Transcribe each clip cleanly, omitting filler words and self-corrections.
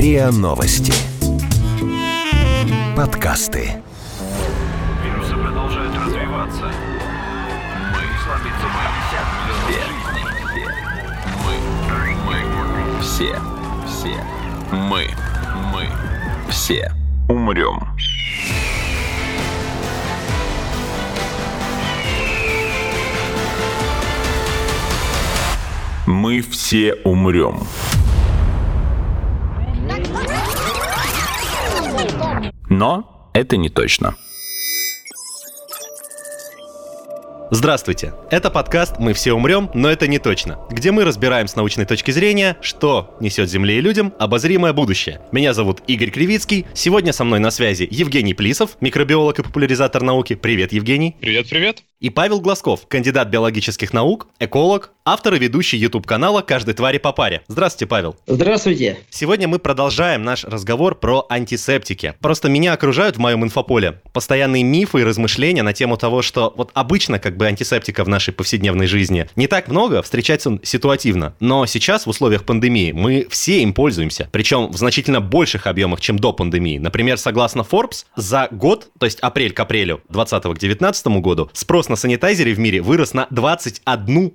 РИА Новости. Подкасты. Вирусы продолжают развиваться. Мы все умрем. Мы все умрем. Но это не точно. Здравствуйте, это подкаст «Мы все умрем, но это не точно», где мы разбираем с научной точки зрения, что несет Земле и людям обозримое будущее. Меня зовут Игорь Кривицкий, сегодня со мной на связи Евгений Плисов, микробиолог и популяризатор науки. Привет, Евгений. Привет. И Павел Глазков, кандидат биологических наук, эколог, автор и ведущий YouTube-канала «Каждой твари по паре». Здравствуйте, Павел. Здравствуйте. Сегодня мы продолжаем наш разговор про антисептики. Просто меня окружают в моем инфополе постоянные мифы и размышления на тему того, что вот обычно антисептика в нашей повседневной жизни не так много, встречается ситуативно. Но сейчас в условиях пандемии мы все им пользуемся, причем в значительно больших объемах, чем до пандемии. Например, согласно Forbes, за год, то есть апрель к апрелю 2020 к 2019 году, спрос на санитайзеры в мире вырос на 21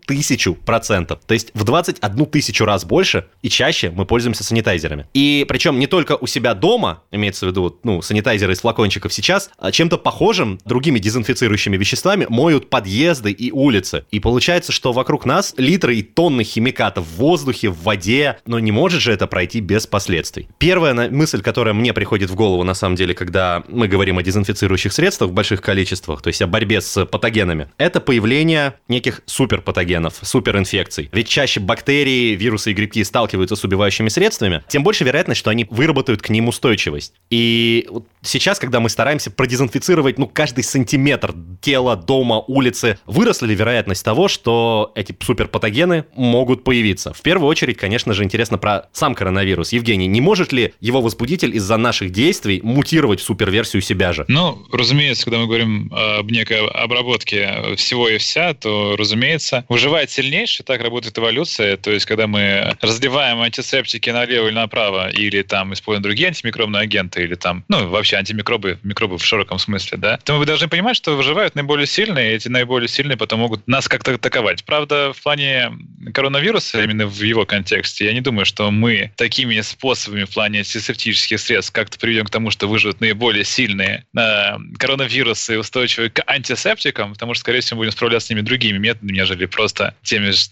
000%. То есть в 21 000 раз больше и чаще мы пользуемся санитайзерами. И причем не только у себя дома, имеется в виду санитайзеры из флакончиков сейчас, а чем-то похожим, другими дезинфицирующими веществами моют подъезды и улицы. И получается, что вокруг нас литры и тонны химикатов в воздухе, в воде, но не может же это пройти без последствий. Первая мысль, которая мне приходит в голову, на самом деле, когда мы говорим о дезинфицирующих средствах в больших количествах, то есть о борьбе с патогенами, это появление неких суперпатогенов, суперинфекций. Ведь чаще бактерии, вирусы и грибки сталкиваются с убивающими средствами, тем больше вероятность, что они выработают к ним устойчивость. И сейчас, когда мы стараемся продезинфицировать, каждый сантиметр тела, дома, улицы, выросла ли вероятность того, что эти суперпатогены могут появиться? В первую очередь, конечно же, интересно про сам коронавирус. Евгений, не может ли его возбудитель из-за наших действий мутировать в суперверсию себя же? Разумеется, когда мы говорим об некой обработке всего и вся, то, разумеется, выживает сильнейший, так работает эволюция. То есть, когда мы разливаем антисептики налево или направо, или там используем другие антимикробные агенты, или там, вообще антимикробы, микробы в широком смысле, да, то мы должны понимать, что выживают наиболее сильные, эти наиболее сильные потом могут нас как-то атаковать. Правда, в плане коронавируса, именно в его контексте, я не думаю, что мы такими способами в плане антисептических средств как-то приведем к тому, что выживут наиболее сильные коронавирусы, устойчивые к антисептикам, потому что, скорее всего, мы будем справляться с ними другими методами, нежели просто теми же,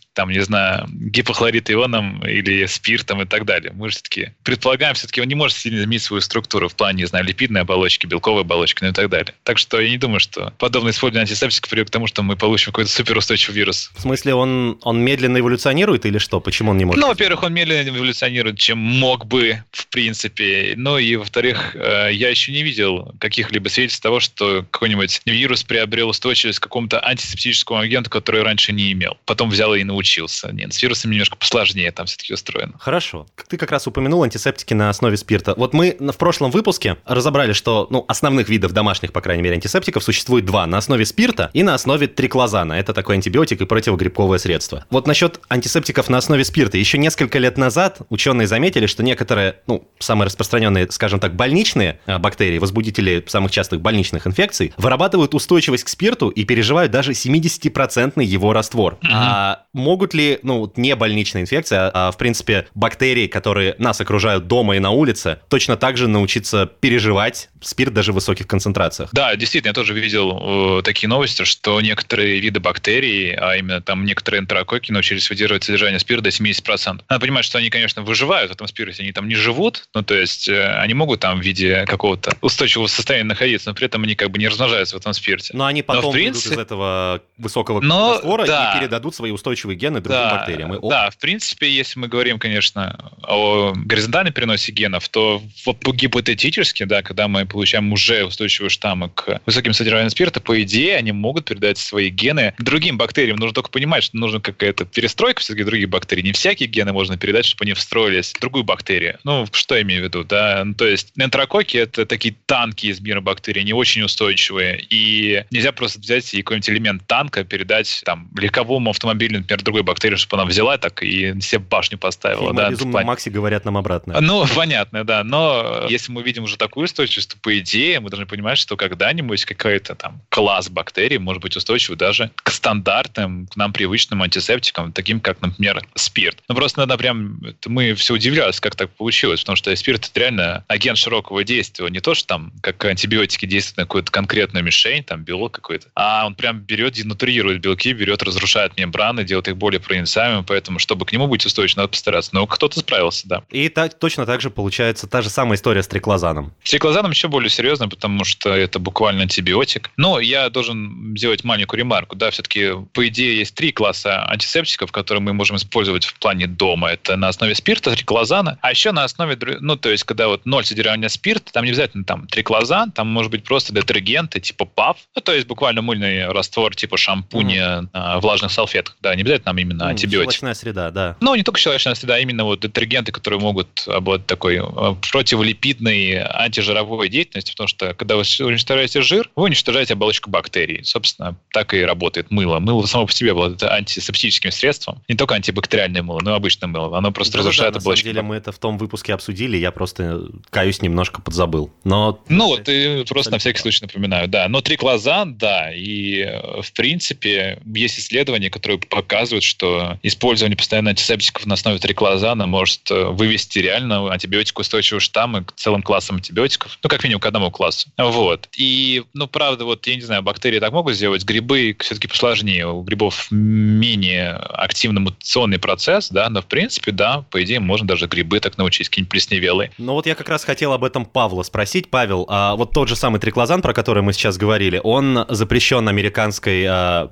гипохлорид-ионом или спиртом и так далее. Мы же все-таки предполагаем, он не может сильно изменить свою структуру в плане, липидной оболочки, белковой оболочки, и так далее. Так что я не думаю, что подобное использование антисептиков приведет к тому, что мы получим какой-то суперустойчивый вирус. В смысле, он медленно эволюционирует или что? Почему он не может? Во-первых, он медленно эволюционирует, чем мог бы, в принципе. И, во-вторых, я еще не видел каких-либо свидетельств того, что какой-нибудь вирус приобрел устойчивость к какому-то антисептическому агенту, который раньше не имел. Потом взял и научился. Нет, с вирусами немножко посложнее там все-таки устроено. Хорошо. Ты как раз упомянул антисептики на основе спирта. Вот мы в прошлом выпуске разобрали, что основных видов домашних, по крайней мере, антисептиков существует два. На основе спирта и на основе триклозана. Это такой антибиотик и противогрибковое средство. Вот насчет антисептиков на основе спирта. Еще несколько лет назад ученые заметили, что некоторые, самые распространенные, скажем так, больничные бактерии, возбудители самых частых больничных инфекций, вырабатывают устойчивость к спирту и переживают даже 70% его раствор. А могут ли, не больничная инфекция, а в принципе бактерии, которые нас окружают дома и на улице, точно так же научиться переживать спирт даже в высоких концентрациях? Да, действительно, я тоже видел такие новости, что некоторые виды бактерий, а именно там некоторые энтерококки научились выдерживать содержание спирта до 70%. Надо понимать, что они, конечно, выживают в этом спирте, они там не живут, то есть они могут там в виде какого-то устойчивого состояния находиться, но при этом они как бы не размножаются в этом спирте. Но они потом выйдут из этого высокого раствора и передадут свои устойчивые гены другим бактериям. Да, в принципе, если мы говорим, конечно, о горизонтальном переносе генов, то гипотетически, да, когда мы получаем уже устойчивые штаммы к высоким содержаниям спирта, по идее, они могут передать свои гены к другим бактериям. Нужно только понимать, что нужна какая-то перестройка все-таки других бактерий. Не всякие гены можно передать, чтобы они встроились в другую бактерию. Что я имею в виду, да? То есть энтерококки — это такие танки из мира бактерий, они очень устойчивые. И нельзя просто взять взять и какой-нибудь элемент танка передать там легковому автомобилю, например, другой бактерии, чтобы она взяла так и себе башню поставила. Да, о Безумном Максе говорят нам обратно. Ну, понятно, да. Но если мы видим уже такую устойчивость, то, по идее, мы должны понимать, что когда-нибудь какой-то там класс бактерий может быть устойчив даже к стандартным, к нам привычным антисептикам, таким как, например, спирт. Ну, просто надо прям... Мы все удивлялись, как так получилось, потому что спирт — это реально агент широкого действия. Не то, что там, как антибиотики, действуют на какую-то конкретную мишень, там, белок какой-то, а он прям берет, денатурирует белки, берет, разрушает мембраны, делает их более проницаемыми, поэтому, чтобы к нему быть устойчивым, надо постараться. Но кто-то справился, да. И точно так же получается та же самая история с триклозаном. С триклозаном еще более серьезно, потому что это буквально антибиотик. Но я должен сделать маленькую ремарку. Да, все-таки, по идее, есть 3 класса антисептиков, которые мы можем использовать в плане дома. Это на основе спирта, триклозана, а еще на основе, ну, то есть, когда вот 0 содержания спирта, там не обязательно там триклозан, там может быть просто детергенты типа ПАВ, ну, то есть буквально мыльный раствор типа шампуня на влажных салфетках. Да, не обязательно там именно антибиотик. Щелочная среда, да. Ну, не только щелочная среда, а именно вот детергенты, которые могут обладать такой противолипидной антижировой деятельностью, потому что когда вы уничтожаете жир, вы уничтожаете оболочку бактерий. Собственно, так и работает мыло. Мыло само по себе обладает антисептическим средством. Не только антибактериальное мыло, но и обычное мыло. Оно просто разрушает оболочку. На самом деле мы это в том выпуске обсудили, я просто, каюсь, немножко подзабыл. Но... Ну вот, и просто на всякий случай напоминаю, да. Но триклозан, да, и в принципе есть исследования, которые показывают, что использование постоянно антисептиков на основе триклозана может вывести реально антибиотикоустойчивые штаммы к целым классам антибиотиков, ну, как минимум к одному классу. Вот. И, ну, правда, вот, я не знаю, бактерии так могут сделать, грибы все-таки посложнее, у грибов менее активный мутационный процесс, да, но, в принципе, да, по идее, можно даже грибы так научить, какие-нибудь плесневелые. Ну, вот я как раз хотел об этом Павла спросить. Павел, вот тот же самый триклозан, про который мы сейчас говорили, он запрещен американской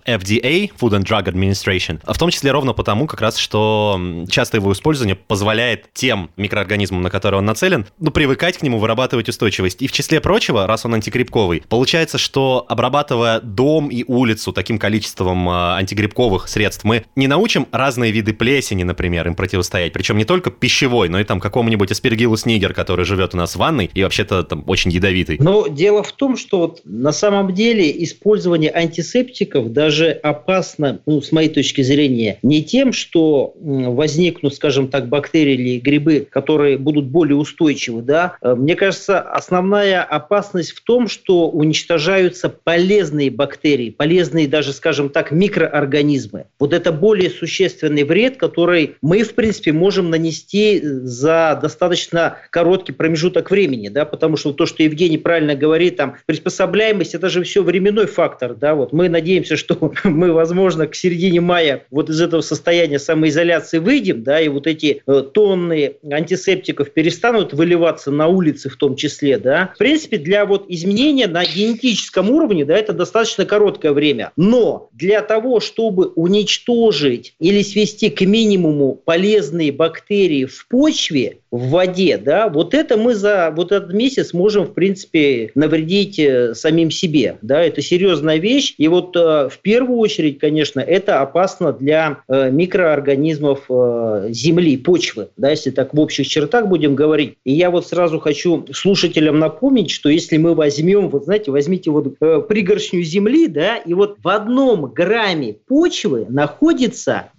FDA, Food and Drug Administration, в том числе ровно потому, как раз, что часто его использование позволяет тем микроорганизмам, на которые он нацелен, ну, привыкать к нему, вырабатывать устойчивость. И в числе прочего, раз он антигрибковый, получается, что обрабатывая дом и улицу таким количеством антигрибковых средств, мы не научим разные виды плесени, например, им противостоять, причем не только пищевой, но и там какому-нибудь Aspergillus niger, который живет у нас в ванной и вообще-то там очень ядовитый. Но дело в том, что вот на самом деле использование антисептиков даже опасно, ну, с моей точки зрения, не тем, что возникнут, скажем так, бактерии или грибы, которые будут более устойчивы, да. Мне кажется, основная опасность в том, что уничтожаются полезные бактерии, полезные даже, скажем так, микроорганизмы. Вот это более существенный вред, который мы, в принципе, можем нанести за достаточно короткий промежуток времени, да, потому что то, что Евгений правильно говорит, там, приспособляемость, это же все временной фактор, да, вот мы надеемся, что мы, возможно, к середине мая вот из этого состояния самоизоляции выйдем, да, и вот эти тонны антисептиков перестанут выливаться на улицы в том числе, да. В принципе, для вот изменения на генетическом уровне, да, это достаточно короткое время, но для того, чтобы уничтожить или свести к минимуму полезные бактерии в почве, в воде, да, вот это мы за вот этот месяц можем, в принципе, навредить самим себе, да, это серьезная вещь, и вот в первую очередь, конечно, это опасно для микроорганизмов земли, почвы, да, если так в общих чертах будем говорить. И я вот сразу хочу слушателям напомнить, что если мы возьмем, вот знаете, возьмите вот пригоршню земли, да, и вот в 1 грамме почвы находится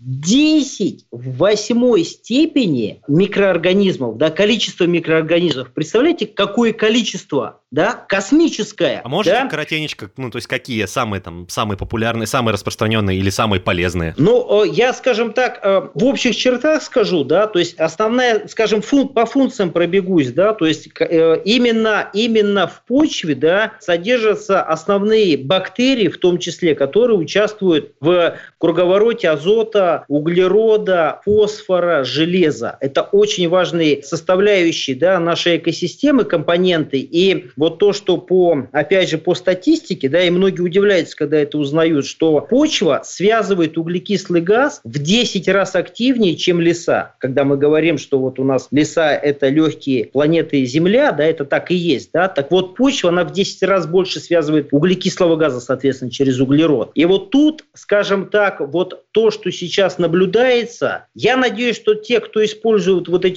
10 в 8 степени микроорганизмов, да, количество микроорганизмов. Представляете, какое количество, да, космическое. А можете да? коротенечко, ну, то есть какие самые популярные, самые распространенные или самые полезные? Ну, я, скажем так, в общих чертах скажу, да, то есть основная, скажем, по функциям пробегусь, да, то есть именно в почве, да, содержатся основные бактерии, в том числе, которые участвуют в круговороте азота, углерода, фосфора, железа. Это очень важные составляющие, да, нашей экосистемы, компоненты. И вот то, что опять же, по статистике, да, и многие удивляются, когда это узнают, что почва связывает углекислый газ в 10 раз активнее, чем леса. Когда мы говорим, что вот у нас леса – это легкие планеты Земля, да, это так и есть, да, так вот почва, она в 10 раз больше связывает углекислого газа, соответственно, через углерод. И вот тут, скажем так, вот то, что сейчас наблюдается, я надеюсь, что те, кто используют вот эти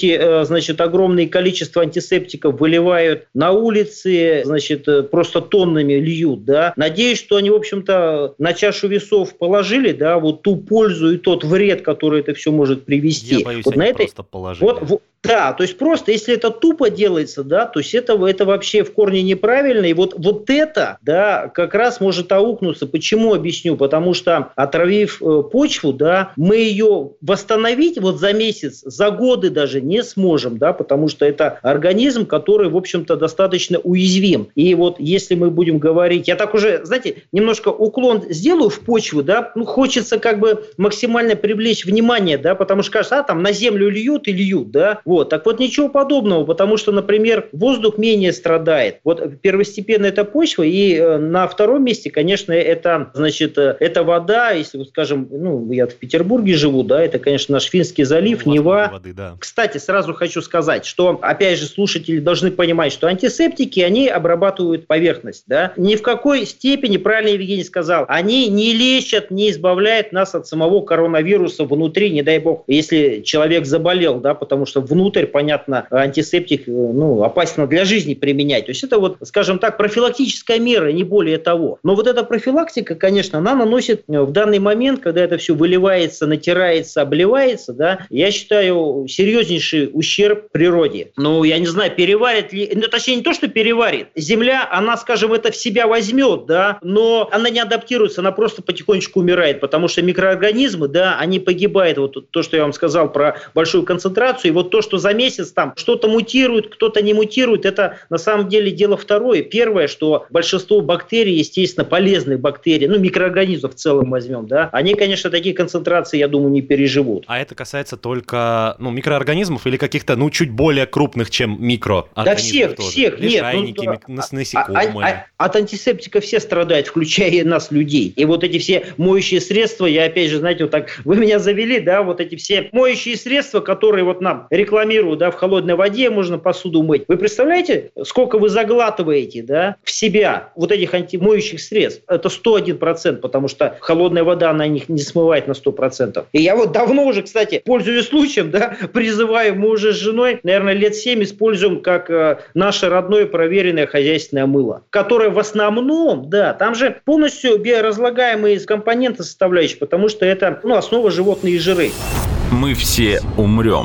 значит, огромное количество антисептиков выливают на улицы, значит, просто тоннами льют, да. Надеюсь, что они, в общем-то, на чашу весов положили, да, вот ту пользу и тот вред, который это все может привести. Я боюсь, вот они на этой... просто положили. Да, то есть просто, если это тупо делается, да, то есть это вообще в корне неправильно, и вот это, да, как раз может аукнуться. Почему, объясню? Потому что, отравив почву, да, мы ее восстановить вот за месяц, за годы даже не сможем, да, потому что это организм, который, в общем-то, достаточно уязвим. И вот если мы будем говорить, я так уже, знаете, немножко уклон сделаю в почву, да, ну, хочется как бы максимально привлечь внимание, да, потому что кажется, там на землю льют и льют, да. Вот. Так вот, ничего подобного, потому что, например, воздух менее страдает. Вот первостепенно это почва, и на втором месте, конечно, это, значит, это вода, если, вот, скажем, ну, я в Петербурге живу, да, это, конечно, наш Финский залив, Нева. Воды, да. Кстати, сразу хочу сказать, что, опять же, слушатели должны понимать, что антисептики, они обрабатывают поверхность, да. Ни в какой степени, правильно Евгений сказал, они не лечат, не избавляют нас от самого коронавируса внутри, не дай бог, если человек заболел, да, потому что внутрь, понятно, антисептик, ну, опасно для жизни применять. То есть это вот, скажем так, профилактическая мера, не более того. Но вот эта профилактика, конечно, она наносит в данный момент, когда это все выливается, натирается, обливается, да, я считаю, серьезнейший ущерб природе. Ну, я не знаю, переварит ли, ну, точнее, не то, что переварит. Земля, она, скажем, это в себя возьмет, да, но она не адаптируется, она просто потихонечку умирает, потому что микроорганизмы, да, они погибают. Вот то, что я вам сказал про большую концентрацию, и вот то, что за месяц там что-то мутирует, кто-то не мутирует, это на самом деле дело второе. Первое, что большинство бактерий, естественно, полезных бактерий, ну, микроорганизмов в целом возьмем, да, они, конечно, такие концентрации, я думаю, не переживут. А это касается только, ну, микроорганизмов или каких-то, ну, чуть более крупных, чем микроорганизмов? Да всех, тоже? всех, Лишайники, нет. насекомые. От антисептика все страдают, включая нас, людей. И вот эти все моющие средства, я опять же, знаете, вот так, вы меня завели, да, вот эти все моющие средства, которые вот нам рекламируют, да, в холодной воде можно посуду мыть. Вы представляете, сколько вы заглатываете, да, в себя вот этих антимоющих средств? Это 101%, потому что холодная вода, она их не смывает на 100%. И я вот давно уже, кстати, пользуясь случаем, да, призываю, мы уже с женой, наверное, лет 7 используем как наше родное проверенное хозяйственное мыло, которое в основном, да, там же полностью биоразлагаемые компоненты составляющие, потому что это, ну, основа животные жиры. Мы все умрем.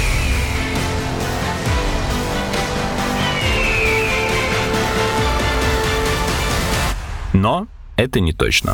Но это не точно.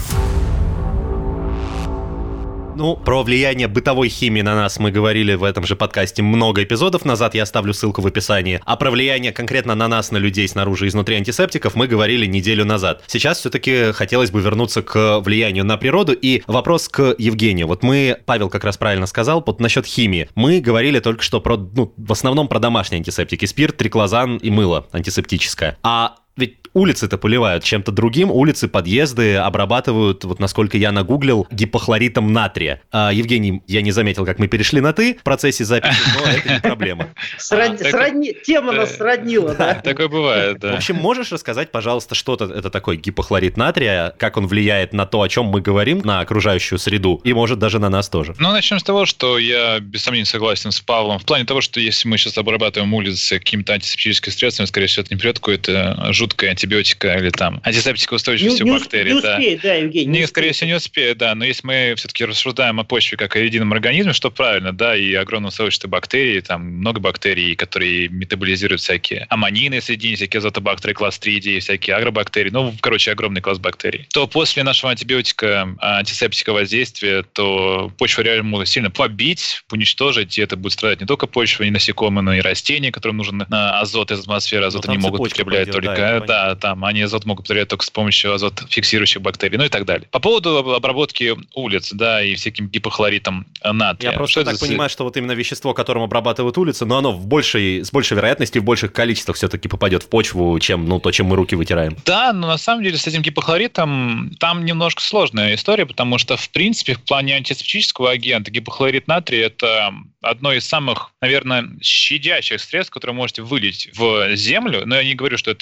Ну, про влияние бытовой химии на нас мы говорили в этом же подкасте много эпизодов назад, я оставлю ссылку в описании. А про влияние конкретно на нас, на людей снаружи и изнутри антисептиков мы говорили неделю назад. Сейчас все-таки хотелось бы вернуться к влиянию на природу. И вопрос к Евгению. Вот Павел как раз правильно сказал, вот насчет химии. Мы говорили только что про, ну, в основном про домашние антисептики. Спирт, триклозан и мыло антисептическое. А ведь улицы-то поливают чем-то другим, улицы, подъезды обрабатывают, вот насколько я нагуглил, гипохлоритом натрия. Евгений, я не заметил, как мы перешли на «ты» в процессе записи, но это не проблема. Тема нас сроднила, да? Такое бывает, да. В общем, можешь рассказать, пожалуйста, что это такое гипохлорит натрия, как он влияет на то, о чем мы говорим, на окружающую среду, и, может, даже на нас тоже? Ну, начнем с того, что я без сомнения согласен с Павлом в плане того, что если мы сейчас обрабатываем улицы какими-то антисептическими средствами, скорее всего, это не придет какое-то жуткое антибиотика или там антисептикоустойчивости у бактерий. Не успеет, да, Евгений. Скорее всего, не успеет, да. Но если мы все-таки рассуждаем о почве как о едином организме, что правильно, да, и огромное сообщество бактерий, там много бактерий, которые метаболизируют всякие аммонийные соединения, всякие азотобактерии, кластридии, всякие агробактерии, ну, короче, огромный класс бактерий. То после нашего антибиотика, антисептика воздействия, то почву реально может сильно побить, уничтожить, и это будет страдать не только почва, и насекомые, но и растения, которым нужен азот из атмосферы, азот они могут потреблять только, да, там они азот могут потреблять только с помощью азот-фиксирующих бактерий, ну и так далее. По поводу обработки улиц, да, и всяким гипохлоритом натрия. Я просто так понимаю, что вот именно вещество, которым обрабатывают улицы, но оно с большей вероятностью в больших количествах все-таки попадет в почву, чем, ну, то, чем мы руки вытираем. Да, но на самом деле с этим гипохлоритом там немножко сложная история, потому что, в принципе, в плане антисептического агента гипохлорит натрия – это одно из самых, наверное, щадящих средств, которые можете вылить в землю, но я не говорю, что это будет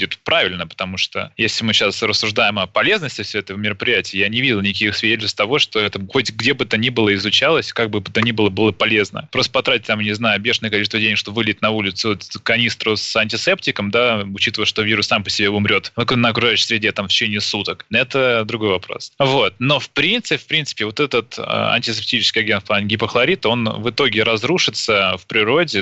будет правильно, потому что если мы сейчас рассуждаем о полезности всего этого мероприятия, я не видел никаких свидетельств того, что это хоть где бы то ни было изучалось, как бы то ни было полезно. Просто потратить там, не знаю, бешеное количество денег, чтобы вылить на улицу канистру с антисептиком, да, учитывая, что вирус сам по себе умрет на окружающей среде там в течение суток, это другой вопрос. Вот. Но в принципе, вот этот антисептический агент в плане гипохлорид, он в итоге разрушится в природе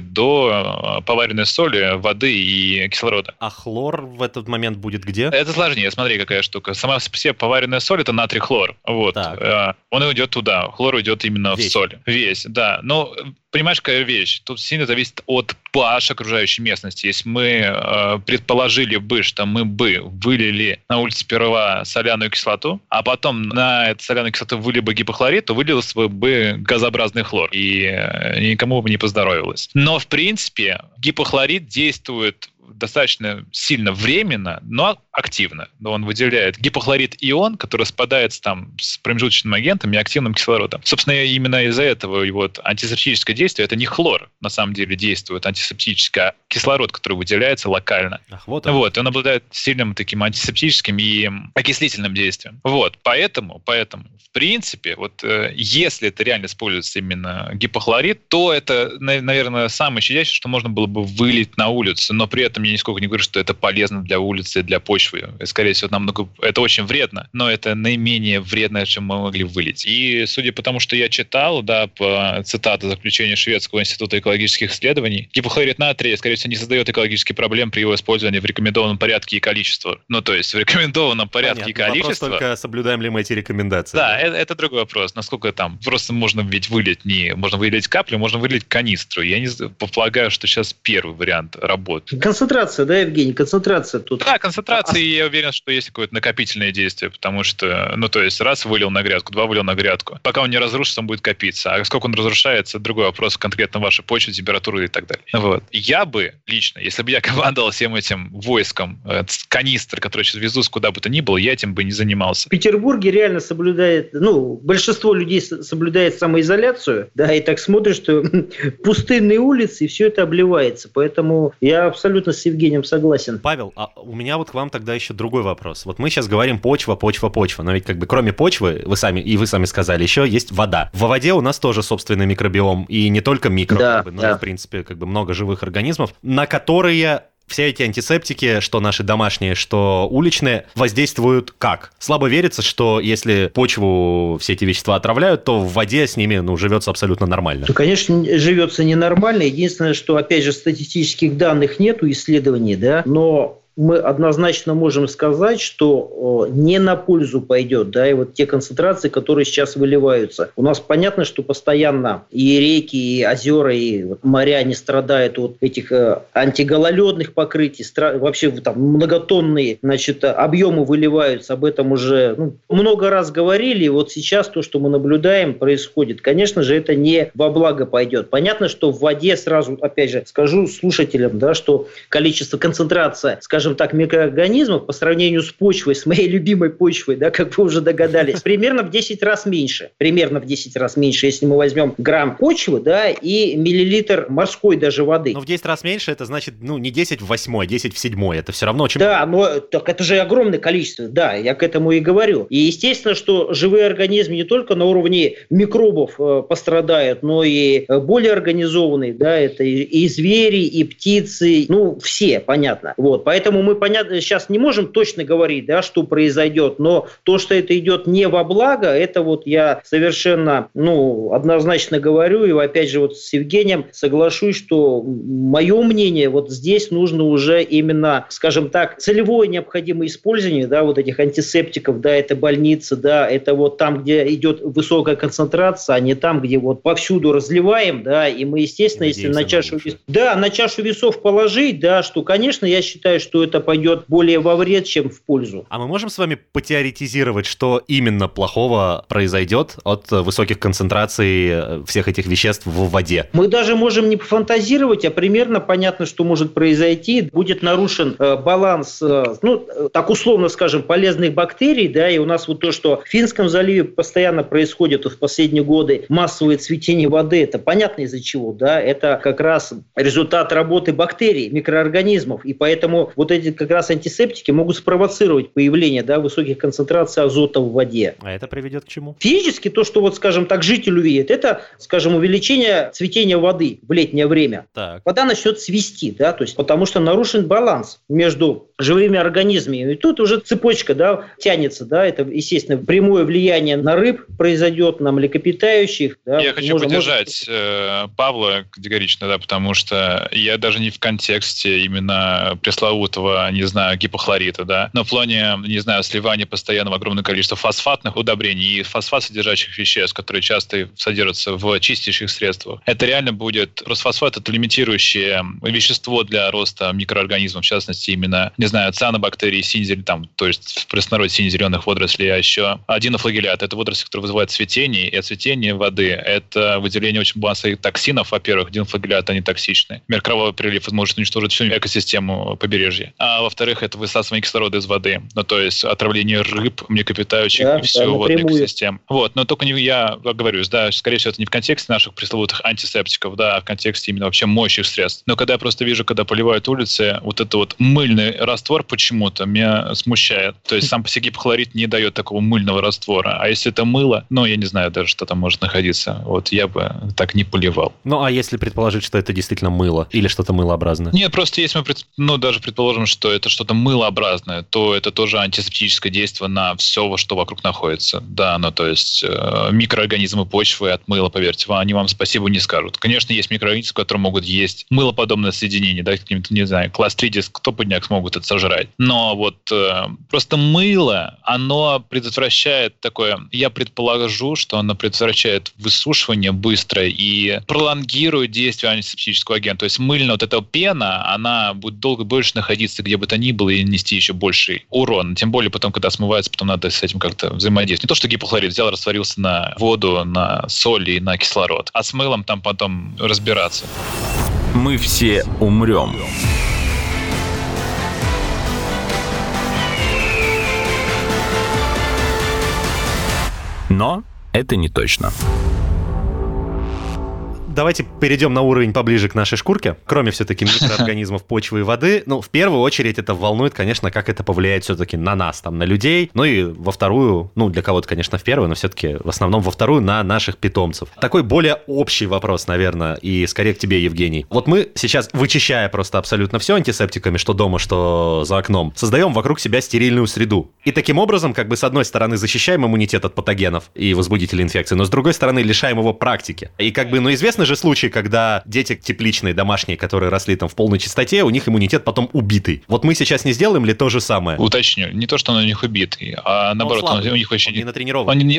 до поваренной соли, воды и кислорода. А хлор в этот момент будет где? Это сложнее, смотри, какая штука. Сама по себе поваренная соль — это натрий-хлор. Вот. Он уйдет туда, хлор уйдет именно в соль. Весь, да. Но понимаешь, какая вещь? Тут сильно зависит от pH окружающей местности. Если мы предположили бы, что мы бы вылили на улице сперва соляную кислоту, а потом на эту соляную кислоту вылили бы гипохлорид, то вылился бы газообразный хлор. И никому бы не поздоровилось. Но, в принципе, гипохлорид действует достаточно сильно временно, но активно. Он выделяет гипохлорид-ион, который распадается там с промежуточным агентом и активным кислородом. Собственно, именно из-за этого его антисептическое действие — это не хлор, на самом деле, действует антисептическое, а кислород, который выделяется локально. Вот он обладает сильным таким антисептическим и окислительным действием. Вот, поэтому, в принципе, вот если это реально используется именно гипохлорид, то это, наверное, самое щадящее, что можно было бы вылить на улицу, но при этом я нисколько не говорю, что это полезно для улицы, для почвы. Скорее всего, это очень вредно, но это наименее вредно, чем мы могли вылить. И судя по тому, что я читал, да, по цитате заключения Шведского института экологических исследований, гипохлорид натрия, скорее всего, не создает экологических проблем при его использовании в рекомендованном порядке и количестве. Ну, то есть в рекомендованном порядке и количестве. Вопрос только, соблюдаем ли мы эти рекомендации. Да, это другой вопрос. Насколько там просто можно ведь вылить можно вылить каплю, можно вылить канистру. Я не полагаю, что сейчас первый вариант работает. Концентрация, да, Евгений? Концентрация тут. Да, концентрация, и я уверен, что есть какое-то накопительное действие, потому что, то есть раз вылил на грядку, два вылил на грядку. Пока он не разрушится, он будет копиться. А сколько он разрушается, другой вопрос, конкретно вашей почвы, температуры и так далее. Вот. Я бы лично, если бы я командовал всем этим войском, канистр, который сейчас везут куда бы то ни было, я этим бы не занимался. В Петербурге реально соблюдает, большинство людей соблюдает самоизоляцию, да, и так смотришь, что пустынные улицы, и все это обливается. Поэтому я абсолютно с Евгением согласен. Павел, а у меня вот к вам тогда еще другой вопрос. Вот мы сейчас говорим почва, но ведь как бы кроме почвы, вы сами сказали, еще есть вода. В воде у нас тоже собственный микробиом, и не только микро, но в принципе как бы много живых организмов, на которые все эти антисептики, что наши домашние, что уличные, воздействуют как? Слабо верится, что если почву все эти вещества отравляют, то в воде с ними, живется абсолютно нормально. Конечно, живется ненормально. Единственное, что, опять же, статистических данных нету, исследований, да, но мы однозначно можем сказать, что не на пользу пойдет, да, и вот те концентрации, которые сейчас выливаются. У нас понятно, что постоянно и реки, и озера, и моря не страдают от этих антигололедных покрытий, вообще там многотонные, объемы выливаются, об этом уже много раз говорили, и вот сейчас то, что мы наблюдаем, происходит. Конечно же, это не во благо пойдет. Понятно, что в воде сразу, опять же, скажу слушателям, да, что концентрация, скажем так, микроорганизмов по сравнению с почвой, с моей любимой почвой, да, как вы уже догадались, примерно в 10 раз меньше. Примерно в 10 раз меньше, если мы возьмем грамм почвы, да, и миллилитр морской даже воды. Но в 10 раз меньше, это значит, не 10 в 8, а 10 в 7. Это все равно очень... Да, но так это же огромное количество. Да, я к этому и говорю. И естественно, что живые организмы не только на уровне микробов пострадают, но и более организованные, да, это и звери, и птицы, все, понятно. Вот, поэтому мы, понятно, сейчас не можем точно говорить, да, что произойдет, но то, что это идет не во благо, это я совершенно, однозначно говорю, и опять же с Евгением соглашусь, что мое мнение, здесь нужно уже именно, скажем так, целевое необходимое использование, да, этих антисептиков, да, это больницы, да, это там, где идет высокая концентрация, а не там, где повсюду разливаем, да, и мы, естественно, если на чашу весов положить, да, что, конечно, я считаю, что это пойдет более во вред, чем в пользу. А мы можем с вами потеоретизировать, что именно плохого произойдет от высоких концентраций всех этих веществ в воде? Мы даже можем не фантазировать, а примерно понятно, что может произойти. Будет нарушен баланс, так условно скажем, полезных бактерий, да, и у нас то, что в Финском заливе постоянно происходит в последние годы массовое цветение воды, это понятно из-за чего, да, это как раз результат работы бактерий, микроорганизмов, и поэтому эти как раз антисептики могут спровоцировать появление, да, высоких концентраций азота в воде. А это приведет к чему? Физически то, что вот, скажем так, житель увидит, это, скажем, увеличение цветения воды в летнее время. Так. Вода начнет цвести, да, то есть потому что нарушен баланс между живыми организмами. И тут уже цепочка, да, тянется, да, это, естественно, прямое влияние на рыб произойдет, на млекопитающих. Да. Я хочу поддержать Павла категорично, да, потому что я даже не в контексте именно пресловутого, не знаю, гипохлорита, да, но в плане, не знаю, сливания постоянного огромного количества фосфатных удобрений и фосфат-содержащих веществ, которые часто содержатся в чистящих средствах. Это реально будет... Фосфат — это лимитирующее вещество для роста микроорганизмов, в частности, именно, не знаю, цианобактерии, то есть в простонародье сине-зеленых водорослей, а еще динофлагеллят — это водоросли, которые вызывают цветение, и цветение воды — это выделение очень массы токсинов, во-первых, динофлагеллят, они токсичны. Например, кровавый прилив может уничтожить всю экосистему побережья. А во-вторых, это высасывание кислорода из воды, ну, то есть отравление рыб, млекопитающих, да, и всего водной экосистемы. Вот, но только я оговорюсь, да, скорее всего, это не в контексте наших пресловутых антисептиков, да, а в контексте именно вообще моющих средств. Но когда я просто вижу, когда поливают улицы, вот это вот мыльный раствор почему-то меня смущает. То есть сам по себе гипохлорид не дает такого мыльного раствора. А если это мыло, я не знаю даже, что там может находиться. Вот я бы так не поливал. Ну, а если предположить, что это действительно мыло или что-то мылообразное? Нет, просто если мы даже предположим, что это что-то мылообразное, то это тоже антисептическое действие на все, что вокруг находится. Да, то есть микроорганизмы почвы от мыла, поверьте, они вам спасибо не скажут. Конечно, есть микроорганизмы, которые могут есть мылоподобное соединение, да, каким-то, не знаю, кластридис, топодняк смогут это сожрать. Но вот просто мыло, оно предотвращает такое, я предположу, что оно предотвращает высушивание быстро и пролонгирует действие антисептического агента. То есть мыльная вот эта пена, она будет долго больше находиться где бы то ни было и нести еще больший урон. Тем более потом, когда смывается, потом надо с этим как-то взаимодействовать. Не то, что гипохлорид взял, растворился на воду, на соль и на кислород. А с мылом там потом разбираться. Мы все умрем. Но это не точно. Давайте перейдем на уровень поближе к нашей шкурке. Кроме все-таки микроорганизмов почвы и воды, в первую очередь это волнует, конечно, как это повлияет все-таки на нас, на людей. Ну и во вторую, для кого-то, конечно, в первую, но все-таки в основном во вторую на наших питомцев. Такой более общий вопрос, наверное, и скорее к тебе, Евгений. Вот мы сейчас, вычищая просто абсолютно все антисептиками, что дома, что за окном, создаем вокруг себя стерильную среду. И таким образом, с одной стороны, защищаем иммунитет от патогенов и возбудителей инфекции, но с другой стороны, лишаем его практики. И известно же случаи, когда дети тепличные, домашние, которые росли там в полной чистоте, у них иммунитет потом убитый. Вот мы сейчас не сделаем ли то же самое? Уточню, не то, что он у них убитый, а наоборот, он у них вообще не натренирован. Он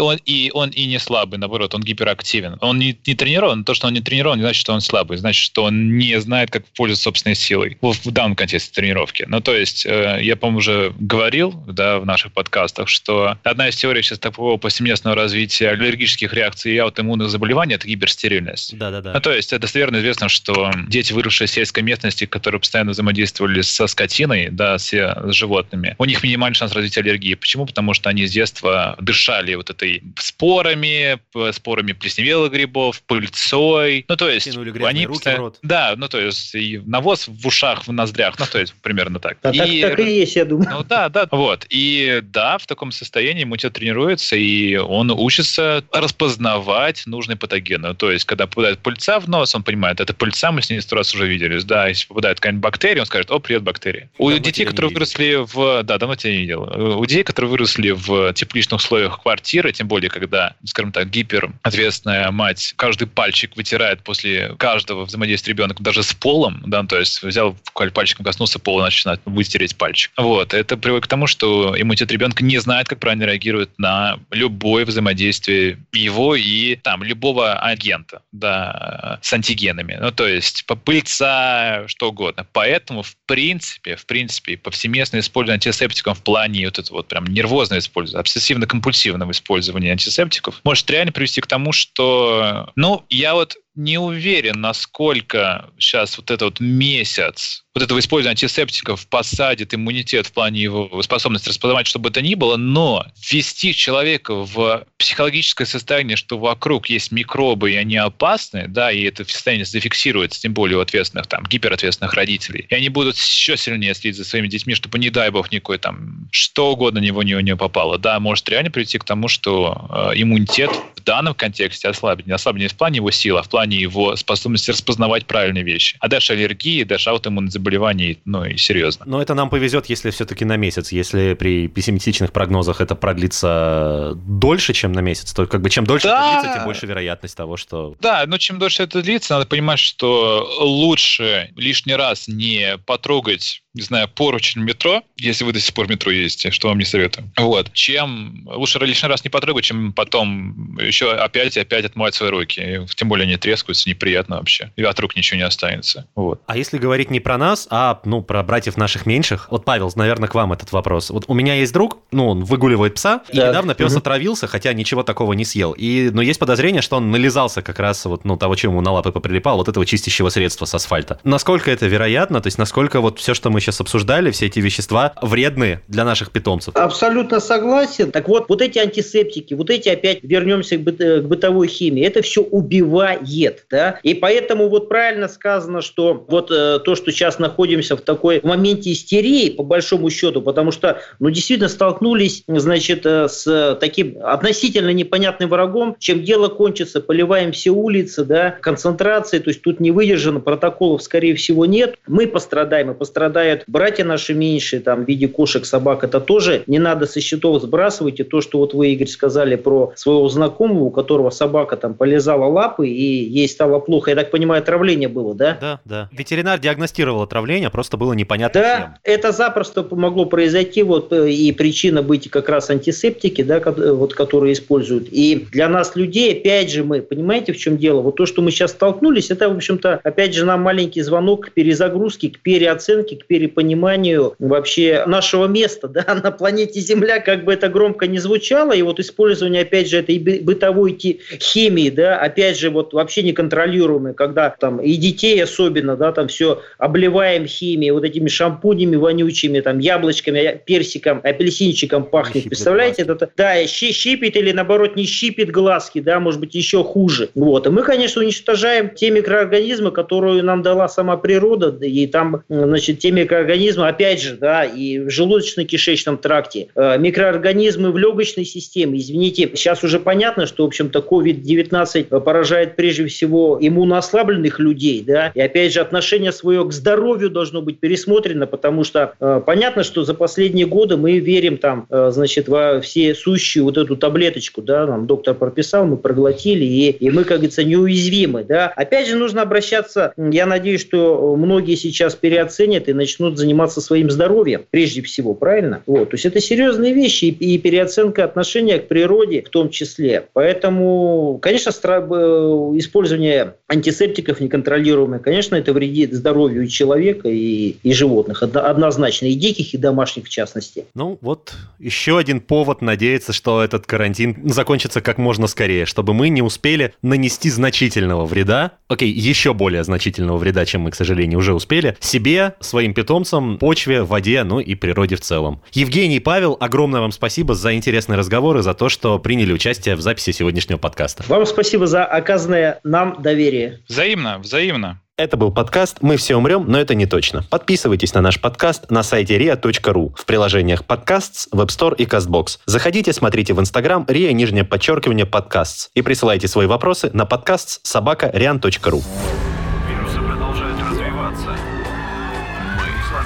и не слабый, наоборот, он гиперактивен. Он не тренирован, то, что он не тренирован, не значит, что он слабый, значит, что он не знает, как пользоваться собственной силой в данном контексте тренировки. То есть, я, по-моему, уже говорил, да, в наших подкастах, что одна из теорий сейчас такого повсеместного развития аллергических реакций и аутоиммунных заболеваний — это гиперстерильность. Да. То есть достоверно известно, что дети, выросшие в сельской местности, которые постоянно взаимодействовали со скотиной, да, с животными, у них минимальный шанс развития аллергии. Почему? Потому что они с детства дышали вот этой спорами плесневелых грибов, пыльцой. То есть они руки в рот. Да, то есть и навоз в ушах, в ноздрях, то есть примерно так. Так и есть, я думаю. Да. Вот. И да, в таком состоянии иммунитет тренируется, и он учится распознавать нужные патогены. То есть, когда попадает пыльца в нос, он понимает, это пыльца, мы с ней 100 раз уже виделись. Да, если попадает какая-нибудь бактерия, он скажет: о, привет, бактерия. У детей, которые выросли в... Да, давно тебя не видел. У детей, которые выросли в тепличных условиях квартиры, тем более, когда, скажем так, гиперответственная мать каждый пальчик вытирает после каждого взаимодействия ребенка, даже с полом, да, то есть взял пальчиком, коснулся пола, начинает вытереть пальчик. Вот. Это приводит к тому, что иммунитет ребенка не знает, как правильно реагирует на любое взаимодействие его и любого агента, да, с антигенами. То есть пыльца, что угодно. Поэтому, в принципе, повсеместное использование антисептиков в плане вот это вот прям нервозное использование, обсессивно-компульсивного использования антисептиков может реально привести к тому, что, я вот не уверен, насколько сейчас вот этот месяц вот этого использования антисептиков посадит иммунитет в плане его способности распознавать, что бы то ни было, но ввести человека в психологическое состояние, что вокруг есть микробы, и они опасны, да, и это состояние зафиксируется, тем более у ответственных, там, гиперответственных родителей, и они будут еще сильнее следить за своими детьми, чтобы, не дай бог, никакой там, что угодно в него попало, да, может реально прийти к тому, что иммунитет в данном контексте ослабит. Не ослабит в плане его силы, а в плане его способности распознавать правильные вещи. А дальше аллергии, дальше аутоиммунные заболевания, ну и серьезно. Но это нам повезет, если все-таки на месяц. Если при пессимистичных прогнозах это продлится дольше, чем на месяц, то как бы чем дольше это длится, тем больше вероятность того, что... Да, но чем дольше это длится, надо понимать, что лучше лишний раз не потрогать, не знаю, поручень метро, если вы до сих пор в метро ездите, что вам не советую. Вот. Чем лучше лишний раз не потрогать, чем потом еще опять и опять отмывать свои руки. И тем более они трескаются, неприятно вообще. И от рук ничего не останется. Вот. А если говорить не про нас, а про братьев наших меньших, вот, Павел, наверное, к вам этот вопрос. Вот у меня есть друг, он выгуливает пса, и недавно пес отравился, хотя ничего такого не съел. Но есть подозрение, что он нализался как раз того, чему ему на лапы поприлипало, вот этого чистящего средства с асфальта. Насколько это вероятно? То есть насколько вот все, что мы сейчас обсуждали, все эти вещества вредны для наших питомцев? Абсолютно согласен. Так вот эти антисептики, эти опять вернемся к бытовой химии, это все убивает, да? И поэтому правильно сказано, что то, что сейчас находимся в моменте истерии, по большому счету, потому что, действительно столкнулись, с таким относительно непонятным врагом, чем дело кончится, поливаем все улицы, да, концентрации, то есть тут не выдержано, протоколов, скорее всего, нет. Мы пострадаем, и пострадают братья наши меньшие, там, в виде кошек, собак, это тоже не надо со счетов сбрасывать. И то, что вы, Игорь, сказали про своего знакомого, у которого собака там полизала лапы, и ей стало плохо. Я так понимаю, отравление было, да? Да. Ветеринар диагностировал отравление, просто было непонятно да, чем. Это запросто могло произойти, и причина быть как раз антисептики, да, которые используют. И для нас, людей, опять же, мы, понимаете, в чем дело? То, что мы сейчас столкнулись, это, в общем-то, опять же, нам маленький звонок к перезагрузке, к переоценке, к перепониманию вообще нашего места, да, на планете Земля, как бы это громко не звучало, и использование, опять же, этой бытовой химии, да, опять же, вообще неконтролируемой, когда там и детей особенно, да, там все обливаем химией, этими шампунями вонючими, там, яблочками, персиком, апельсинчиком пахнет, представляете? Это, да, щипит или, наоборот, не щипит глазки, да, может быть, еще хуже. И мы, конечно, уничтожаем те микроорганизмы, которые нам дала сама природа, и там, те микроорганизмы, опять же, да, и в желудочно-кишечном тракте, микроорганизмы в легочной системе. Извините, сейчас уже понятно, что, в общем-то, COVID-19 поражает прежде всего иммуноослабленных людей, да, и, опять же, отношение свое к здоровью должно быть пересмотрено, потому что понятно, что за последние годы мы верим там, во все сущую эту таблеточку, да, нам доктор прописал, мы проглотили, и мы, как говорится, неуязвимы, да. Опять же, нужно обращаться, я надеюсь, что многие сейчас переоценят и начнут заниматься своим здоровьем, прежде всего, правильно? То есть это серьезные вещи, и переоценка отношения к природе в том числе. Поэтому, конечно, использование антисептиков неконтролируемое, конечно, это вредит здоровью и человека, и животных, однозначно, и диких, и домашних в частности. Еще один повод надеяться, что этот карантин закончится как можно скорее, чтобы мы не успели нанести значительного вреда, еще более значительного вреда, чем мы, к сожалению, уже успели, себе, своим питомцам, почве, воде, и природе в целом. Евгений и Павел, огромное вам спасибо за интересный разговор и за то, что приняли участие в записи сегодняшнего подкаста. Вам спасибо за оказанное нам доверие. Взаимно. Это был подкаст «Мы все умрем, но это не точно». Подписывайтесь на наш подкаст на сайте ria.ru, в приложениях Podcasts, Web Store и CastBox. Заходите, смотрите в Instagram ria_podcasts и присылайте свои вопросы на podcasts@rian.ru. Вирусы продолжают развиваться. Мы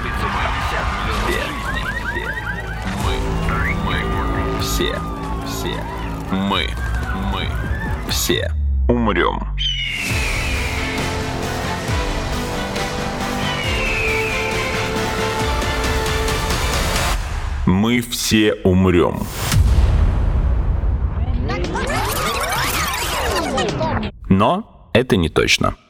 все умрем. Мы все умрем. Но это не точно.